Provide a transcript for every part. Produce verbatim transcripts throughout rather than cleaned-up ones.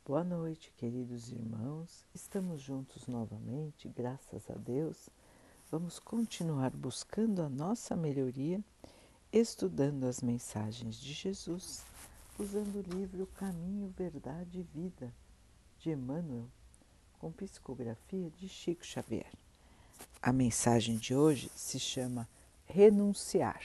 Boa noite, queridos irmãos. Estamos juntos novamente, graças a Deus. Vamos continuar buscando a nossa melhoria, estudando as mensagens de Jesus, usando o livro Caminho, Verdade e Vida, de Emmanuel, com psicografia de Chico Xavier. A mensagem de hoje se chama Renunciar.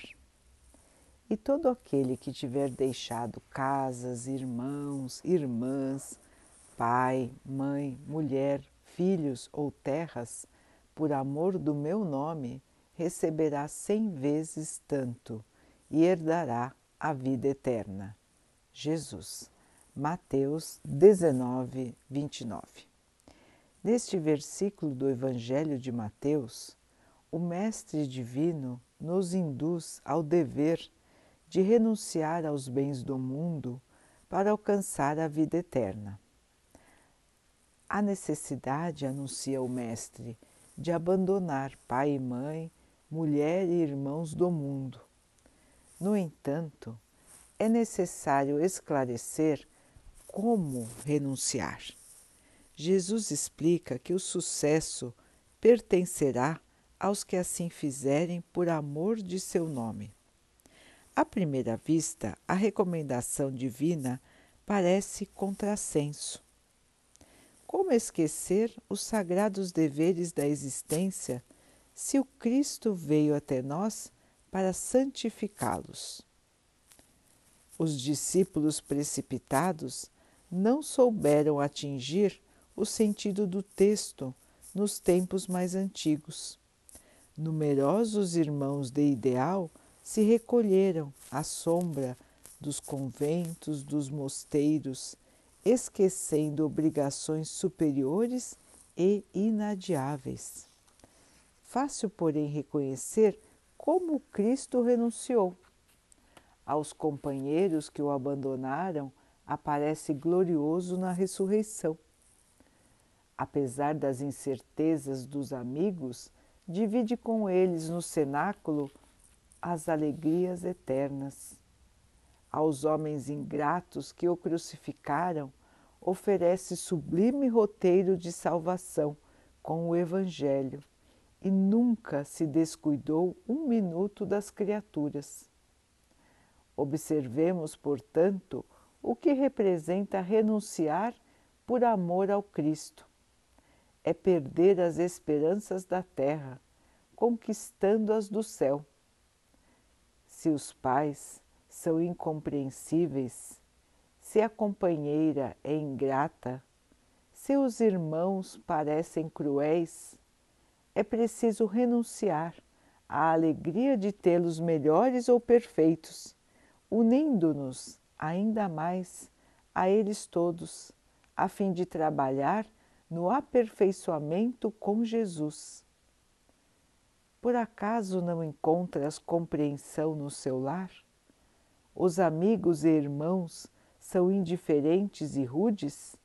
E todo aquele que tiver deixado casas, irmãos, irmãs, pai, mãe, mulher, filhos ou terras, por amor do meu nome, receberá cem vezes tanto e herdará a vida eterna. Jesus, Mateus dezenove, vinte e nove. Neste versículo do Evangelho de Mateus, o Mestre Divino nos induz ao dever de renunciar aos bens do mundo para alcançar a vida eterna. A necessidade, anuncia o Mestre, de abandonar pai e mãe, mulher e irmãos do mundo. No entanto, é necessário esclarecer como renunciar. Jesus explica que o sucesso pertencerá aos que assim fizerem por amor de seu nome. À primeira vista, a recomendação divina parece contrassenso. Como esquecer os sagrados deveres da existência se o Cristo veio até nós para santificá-los? Os discípulos precipitados não souberam atingir o sentido do texto nos tempos mais antigos. Numerosos irmãos de ideal se recolheram à sombra dos conventos, dos mosteiros, esquecendo obrigações superiores e inadiáveis. Fácil, porém, reconhecer como Cristo renunciou. Aos companheiros que o abandonaram, aparece glorioso na ressurreição. Apesar das incertezas dos amigos, divide com eles no cenáculo as alegrias eternas. Aos homens ingratos que o crucificaram, oferece sublime roteiro de salvação com o Evangelho e nunca se descuidou um minuto das criaturas. Observemos, portanto, o que representa renunciar por amor ao Cristo. É perder as esperanças da terra, conquistando-as do céu. Se os pais são incompreensíveis, se a companheira é ingrata, se os irmãos parecem cruéis, é preciso renunciar à alegria de tê-los melhores ou perfeitos, unindo-nos ainda mais a eles todos, a fim de trabalhar no aperfeiçoamento com Jesus. Por acaso não encontras compreensão no seu lar? Os amigos e irmãos são indiferentes e rudes?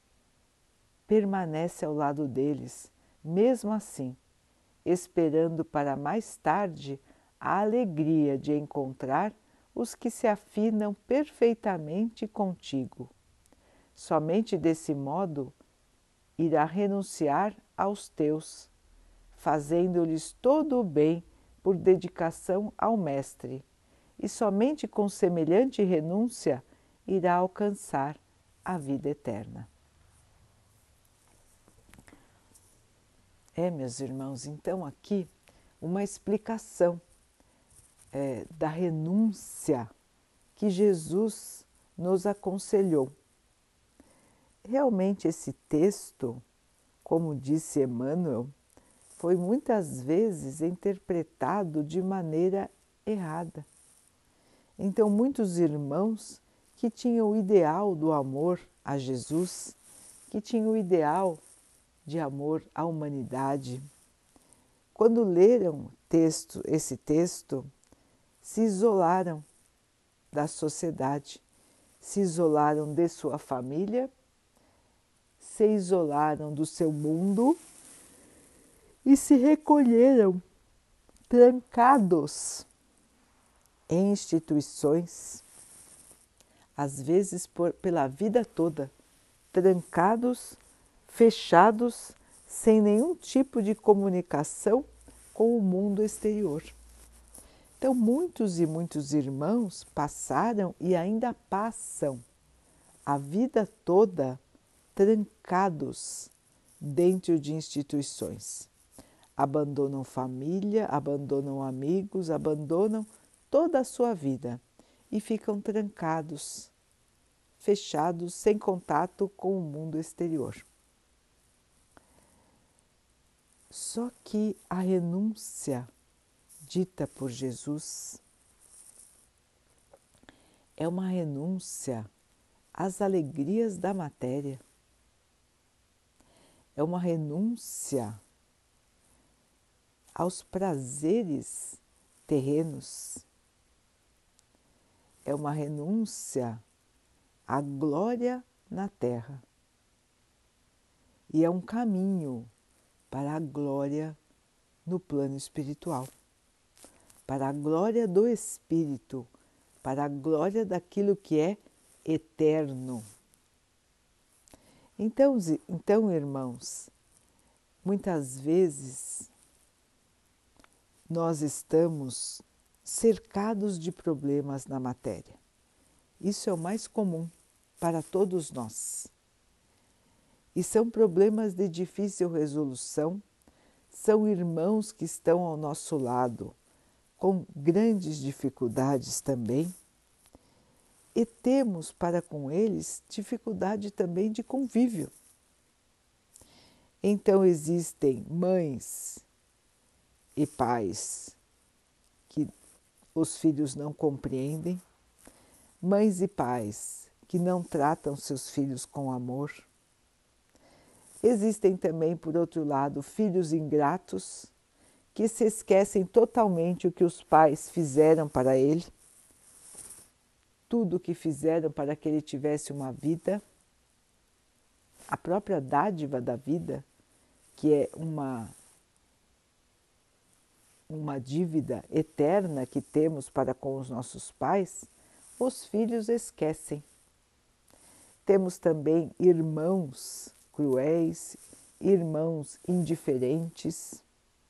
Permanece ao lado deles, mesmo assim, esperando para mais tarde a alegria de encontrar os que se afinam perfeitamente contigo. Somente desse modo irá renunciar aos teus, fazendo-lhes todo o bem por dedicação ao Mestre, e somente com semelhante renúncia irá alcançar a vida eterna. É, meus irmãos, então aqui uma explicação é, da renúncia que Jesus nos aconselhou. Realmente esse texto, como disse Emmanuel, foi muitas vezes interpretado de maneira errada. Então muitos irmãos que tinham o ideal do amor a Jesus, que tinham o ideal de amor à humanidade, quando leram texto, esse texto, se isolaram da sociedade, se isolaram de sua família, se isolaram do seu mundo e se recolheram trancados em instituições, às vezes por, pela vida toda, trancados, fechados, sem nenhum tipo de comunicação com o mundo exterior. Então, muitos e muitos irmãos passaram e ainda passam a vida toda trancados dentro de instituições. Abandonam família, abandonam amigos, abandonam toda a sua vida e ficam trancados, fechados, sem contato com o mundo exterior. Só que a renúncia dita por Jesus é uma renúncia às alegrias da matéria, é uma renúncia aos prazeres terrenos, é uma renúncia à glória na terra e é um caminho para a glória no plano espiritual, para a glória do Espírito, para a glória daquilo que é eterno. Então, então, irmãos, muitas vezes nós estamos cercados de problemas na matéria. Isso é o mais comum para todos nós. E são problemas de difícil resolução, são irmãos que estão ao nosso lado com grandes dificuldades também, e temos para com eles dificuldade também de convívio. Então existem mães e pais que os filhos não compreendem, mães e pais que não tratam seus filhos com amor. Existem também, por outro lado, filhos ingratos que se esquecem totalmente o que os pais fizeram para ele, tudo o que fizeram para que ele tivesse uma vida, a própria dádiva da vida, que é uma, uma dívida eterna que temos para com os nossos pais, os filhos esquecem. Temos também irmãos cruéis, irmãos indiferentes,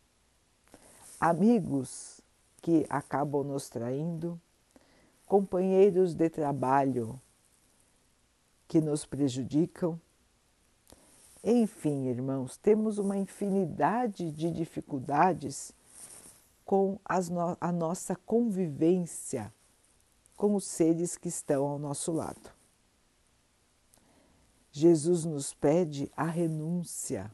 amigos que acabam nos traindo, companheiros de trabalho que nos prejudicam. Enfim, irmãos, temos uma infinidade de dificuldades com as no- a nossa convivência com os seres que estão ao nosso lado. Jesus nos pede a renúncia.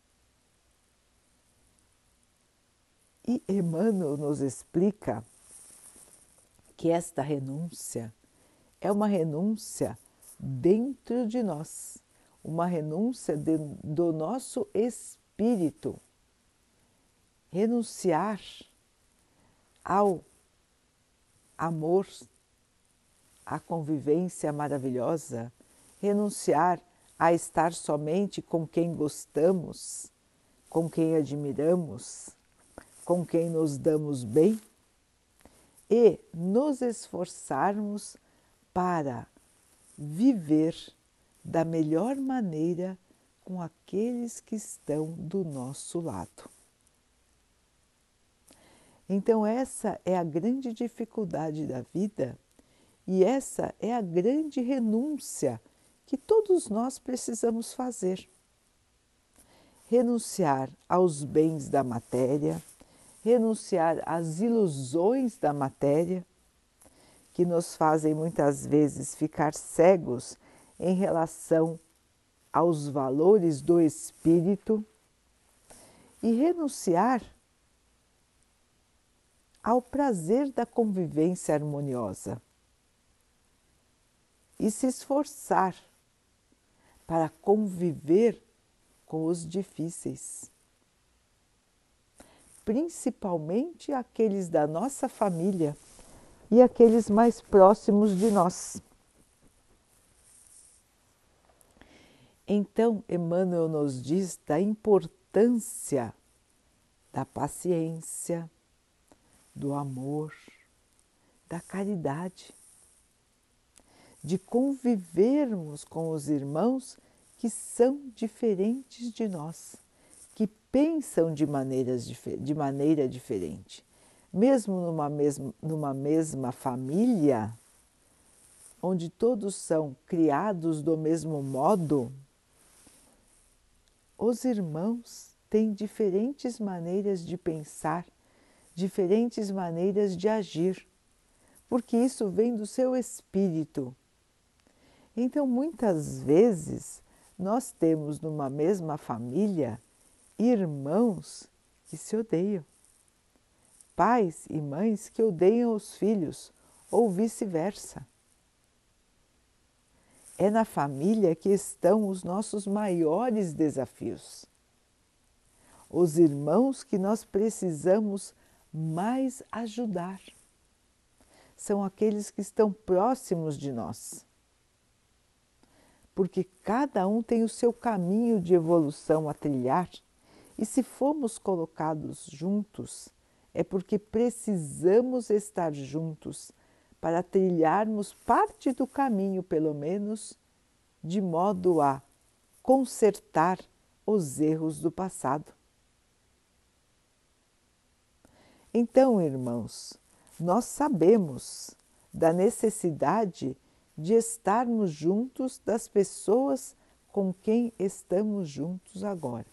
E Emmanuel nos explica que esta renúncia é uma renúncia dentro de nós, uma renúncia de, do nosso espírito. Renunciar ao amor, à convivência maravilhosa, renunciar a estar somente com quem gostamos, com quem admiramos, com quem nos damos bem e nos esforçarmos para viver da melhor maneira com aqueles que estão do nosso lado. Então essa é a grande dificuldade da vida e essa é a grande renúncia que todos nós precisamos fazer. Renunciar aos bens da matéria, renunciar às ilusões da matéria, que nos fazem muitas vezes ficar cegos em relação aos valores do espírito, e renunciar ao prazer da convivência harmoniosa e se esforçar para conviver com os difíceis, principalmente aqueles da nossa família e aqueles mais próximos de nós. Então, Emmanuel nos diz da importância da paciência, do amor, da caridade, de convivermos com os irmãos que são diferentes de nós, que pensam de, maneiras, de maneira diferente. Mesmo numa mesma, numa mesma família, onde todos são criados do mesmo modo, os irmãos têm diferentes maneiras de pensar, diferentes maneiras de agir, porque isso vem do seu espírito. Então, muitas vezes, nós temos numa mesma família irmãos que se odeiam, pais e mães que odeiam os filhos, ou vice-versa. É na família que estão os nossos maiores desafios. Os irmãos que nós precisamos mais ajudar são aqueles que estão próximos de nós. Porque cada um tem o seu caminho de evolução a trilhar, e se formos colocados juntos, é porque precisamos estar juntos para trilharmos parte do caminho, pelo menos, de modo a consertar os erros do passado. Então, irmãos, nós sabemos da necessidade de estarmos juntos das pessoas com quem estamos juntos agora.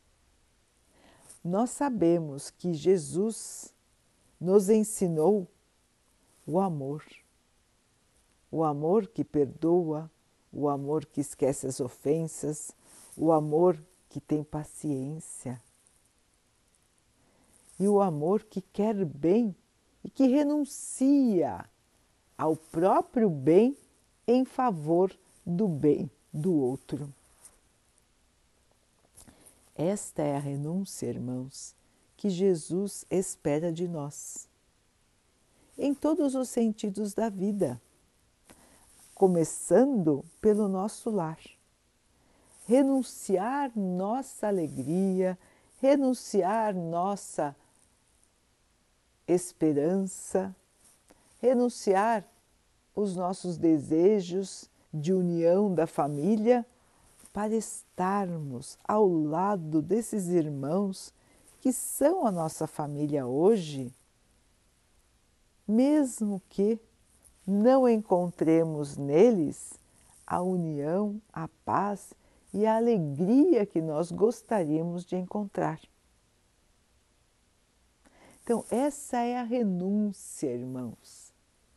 Nós sabemos que Jesus nos ensinou o amor, o amor que perdoa, o amor que esquece as ofensas, o amor que tem paciência e o amor que quer bem e que renuncia ao próprio bem em favor do bem do outro. Esta é a renúncia, irmãos, que Jesus espera de nós, em todos os sentidos da vida, começando pelo nosso lar. Renunciar nossa alegria, renunciar nossa esperança, renunciar os nossos desejos de união da família para estarmos ao lado desses irmãos que são a nossa família hoje, mesmo que não encontremos neles a união, a paz e a alegria que nós gostaríamos de encontrar. Então, essa é a renúncia, irmãos.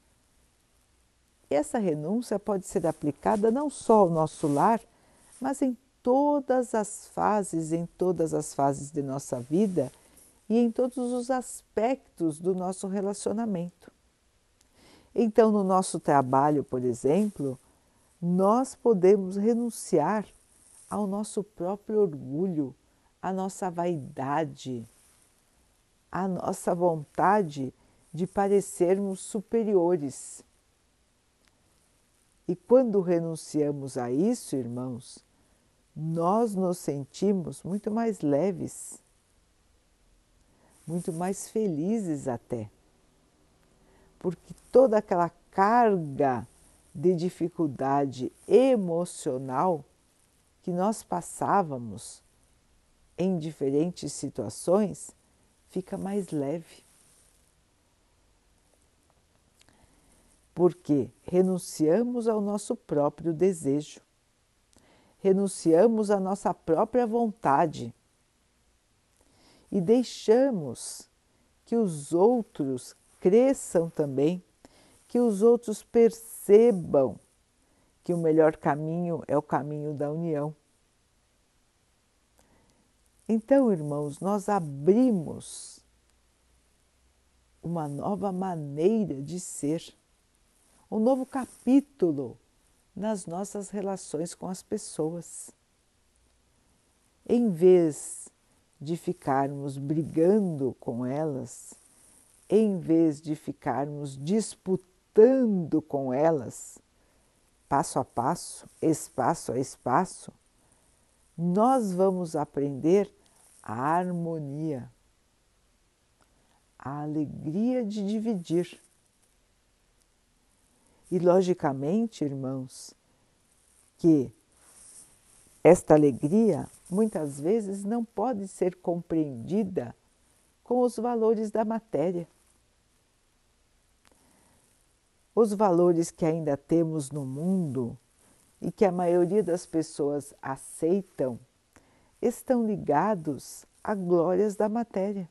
E essa renúncia pode ser aplicada não só ao nosso lar, mas em todas as fases, em todas as fases de nossa vida e em todos os aspectos do nosso relacionamento. Então, no nosso trabalho, por exemplo, nós podemos renunciar ao nosso próprio orgulho, à nossa vaidade, à nossa vontade de parecermos superiores. E quando renunciamos a isso, irmãos, nós nos sentimos muito mais leves, muito mais felizes até, porque toda aquela carga de dificuldade emocional que nós passávamos em diferentes situações fica mais leve. Porque renunciamos ao nosso próprio desejo, renunciamos à nossa própria vontade e deixamos que os outros cresçam também, que os outros percebam que o melhor caminho é o caminho da união. Então, irmãos, nós abrimos uma nova maneira de ser, um novo capítulo nas nossas relações com as pessoas. Em vez de ficarmos brigando com elas, em vez de ficarmos disputando com elas, passo a passo, espaço a espaço, nós vamos aprender a harmonia, a alegria de dividir. E, logicamente, irmãos, que Esta alegria, muitas vezes, não pode ser compreendida com os valores da matéria. Os valores que ainda temos no mundo e que a maioria das pessoas aceitam estão ligados a glórias da matéria.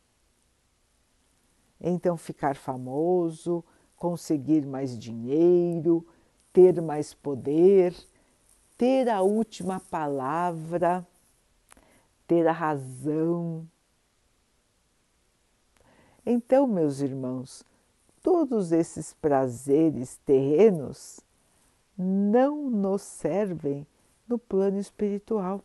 Então, ficar famoso, conseguir mais dinheiro, ter mais poder, ter a última palavra, ter a razão. Então, meus irmãos, todos esses prazeres terrenos não nos servem no plano espiritual.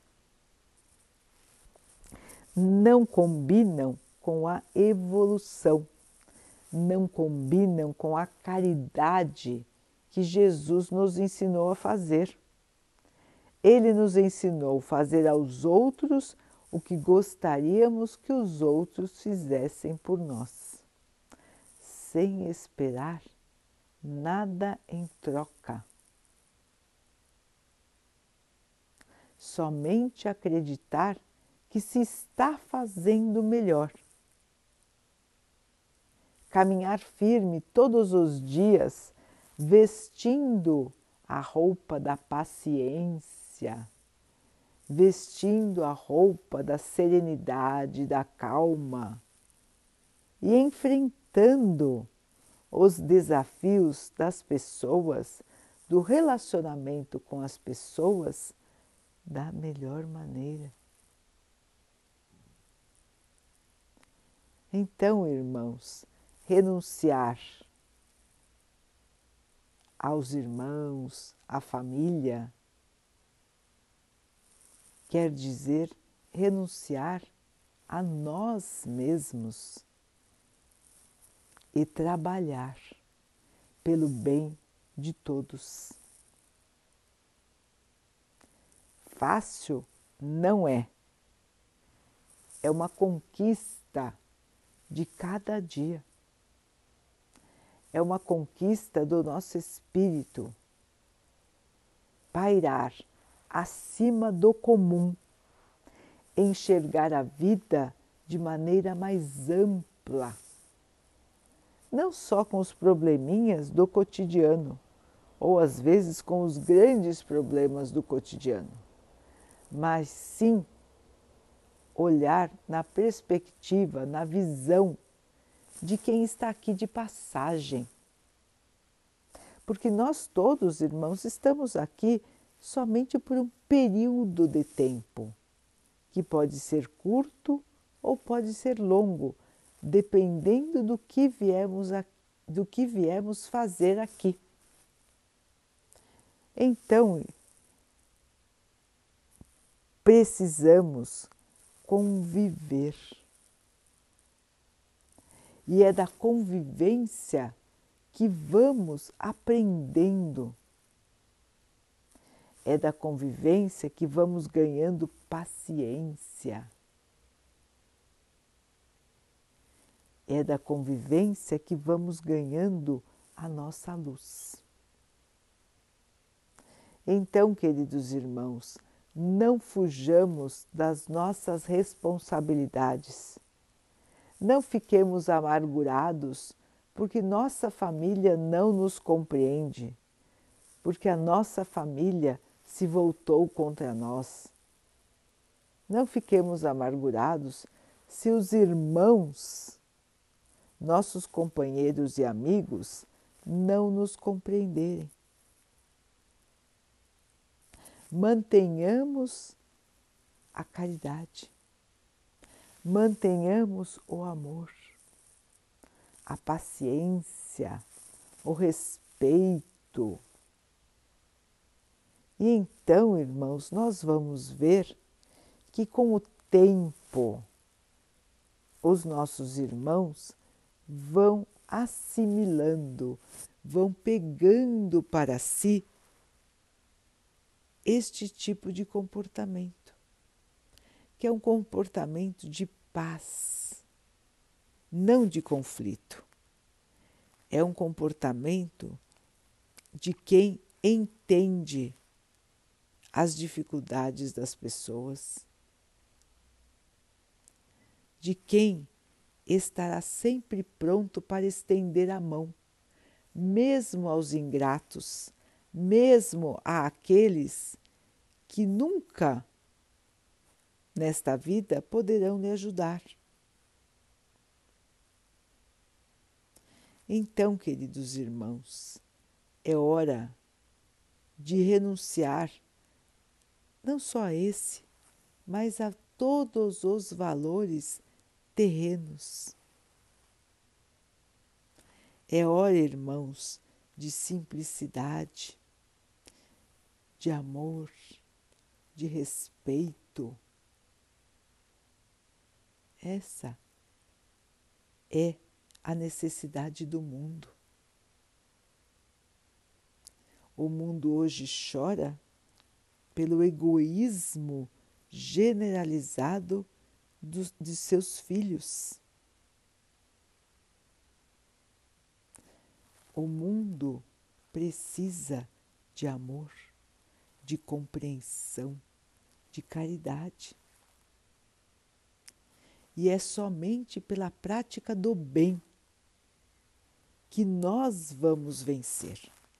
Não combinam com a evolução, não combinam com a caridade que Jesus nos ensinou a fazer. Ele nos ensinou a fazer aos outros o que gostaríamos que os outros fizessem por nós, sem esperar nada em troca. Somente acreditar que se está fazendo melhor. Caminhar firme todos os dias, vestindo a roupa da paciência, vestindo a roupa da serenidade, da calma e enfrentando os desafios das pessoas, do relacionamento com as pessoas da melhor maneira. Então, irmãos, renunciar aos irmãos, à família, quer dizer renunciar a nós mesmos e trabalhar pelo bem de todos. Fácil não é. É uma conquista de cada dia. É uma conquista do nosso espírito pairar acima do comum, enxergar a vida de maneira mais ampla, não só com os probleminhas do cotidiano, ou às vezes com os grandes problemas do cotidiano, mas sim olhar na perspectiva, na visão de quem está aqui de passagem. Porque nós todos, irmãos, estamos aqui somente por um período de tempo, que pode ser curto ou pode ser longo, dependendo do que viemos, a, do que viemos fazer aqui. Então, precisamos conviver. E é da convivência que vamos aprendendo. É da convivência que vamos ganhando paciência. É da convivência que vamos ganhando a nossa luz. Então, queridos irmãos, não fujamos das nossas responsabilidades. Não fiquemos amargurados porque nossa família não nos compreende, porque a nossa família se voltou contra nós. Não fiquemos amargurados se os irmãos, nossos companheiros e amigos, não nos compreenderem. Mantenhamos a caridade, mantenhamos o amor, a paciência, o respeito. E então, irmãos, nós vamos ver que com o tempo os nossos irmãos vão assimilando, vão pegando para si este tipo de comportamento, que é um comportamento de paz, não de conflito. É um comportamento de quem entende as dificuldades das pessoas, de quem estará sempre pronto para estender a mão, mesmo aos ingratos, mesmo àqueles que nunca nesta vida poderão lhe ajudar. Então, queridos irmãos, é hora de renunciar não só a esse, mas a todos os valores terrenos. É hora, irmãos, de simplicidade, de amor, de respeito. Essa é a necessidade do mundo. O mundo hoje chora pelo egoísmo generalizado dos, de seus filhos. O mundo precisa de amor, de compreensão, de caridade. E é somente pela prática do bem que nós vamos vencer.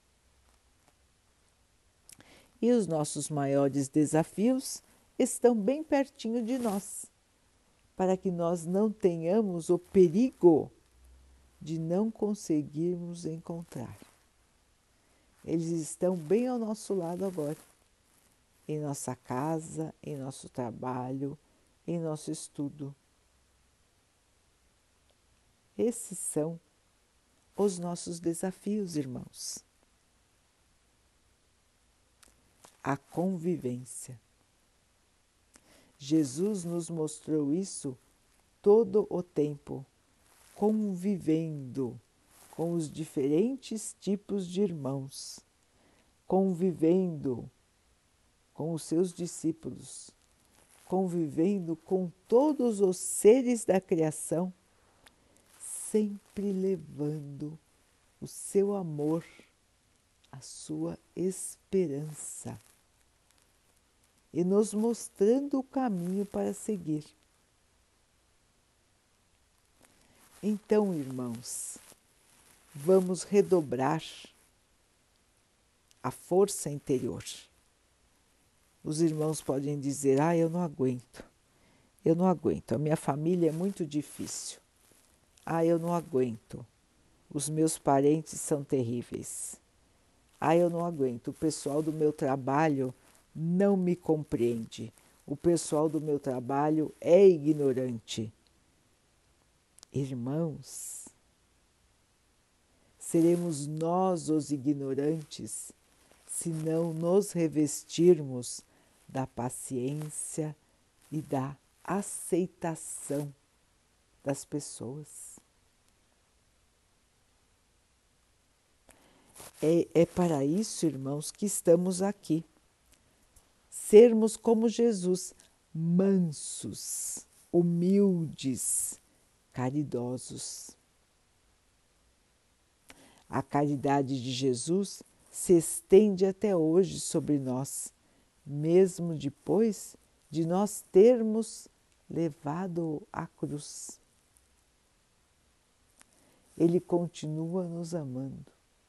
E os nossos maiores desafios estão bem pertinho de nós, para que nós não tenhamos o perigo de não conseguirmos encontrar. Eles estão bem ao nosso lado agora, em nossa casa, em nosso trabalho, em nosso estudo. Esses são os nossos desafios, irmãos. A convivência. Jesus nos mostrou isso todo o tempo, convivendo com os diferentes tipos de irmãos, convivendo com os seus discípulos, convivendo com todos os seres da criação, sempre levando o seu amor, a sua esperança e nos mostrando o caminho para seguir. Então, irmãos, vamos redobrar a força interior. Os irmãos podem dizer: ah, eu não aguento, eu não aguento, a minha família é muito difícil. Ah, eu não aguento, os meus parentes são terríveis. Ah, eu não aguento, o pessoal do meu trabalho não me compreende. O pessoal do meu trabalho é ignorante. Irmãos, seremos nós os ignorantes se não nos revestirmos da paciência e da aceitação das pessoas. É, é para isso, irmãos, que estamos aqui. Sermos como Jesus, mansos, humildes, caridosos. A caridade de Jesus se estende até hoje sobre nós, mesmo depois de nós termos levado a cruz. Ele continua nos amando.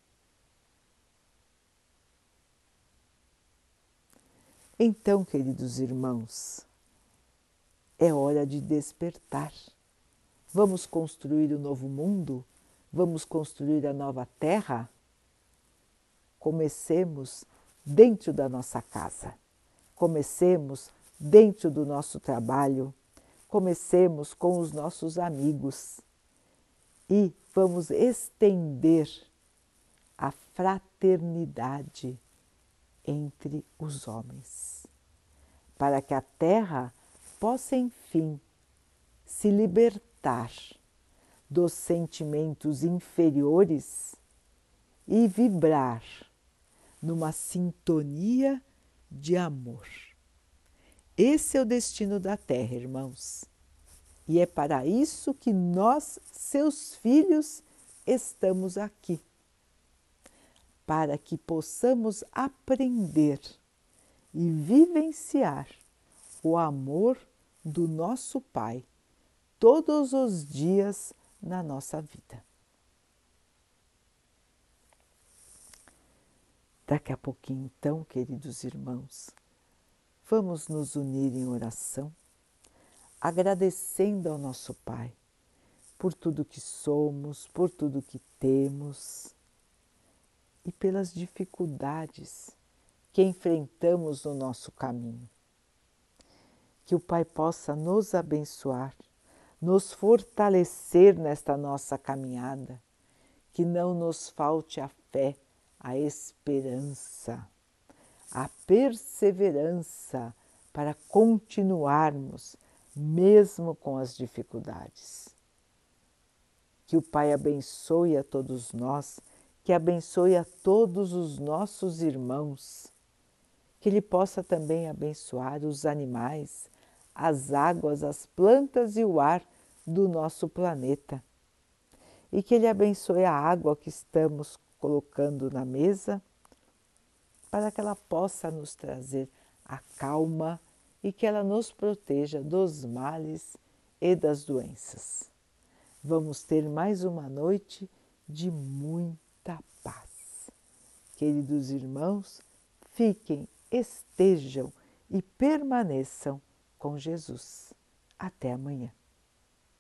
Então, queridos irmãos, é hora de despertar. Vamos construir o novo mundo? Vamos construir a nova terra? Comecemos dentro da nossa casa. Comecemos dentro do nosso trabalho. Comecemos com os nossos amigos. E vamos estender a fraternidade entre os homens, para que a terra possa, enfim, se libertar dos sentimentos inferiores e vibrar numa sintonia de amor. Esse é o destino da terra, irmãos, e é para isso que nós, seus filhos, estamos aqui. Para que possamos aprender e vivenciar o amor do nosso Pai todos os dias na nossa vida. Daqui a pouquinho, então, queridos irmãos, vamos nos unir em oração, agradecendo ao nosso Pai por tudo que somos, por tudo que temos e pelas dificuldades que enfrentamos no nosso caminho. Que o Pai possa nos abençoar, nos fortalecer nesta nossa caminhada, que não nos falte a fé, a esperança, a perseverança para continuarmos mesmo com as dificuldades. Que o Pai abençoe a todos nós, que abençoe a todos os nossos irmãos, que Ele possa também abençoar os animais, as águas, as plantas e o ar do nosso planeta. E que Ele abençoe a água que estamos colocando na mesa, para que ela possa nos trazer a calma e que ela nos proteja dos males e das doenças. Vamos ter mais uma noite de muita paz. Queridos irmãos, fiquem, estejam e permaneçam com Jesus. Até amanhã.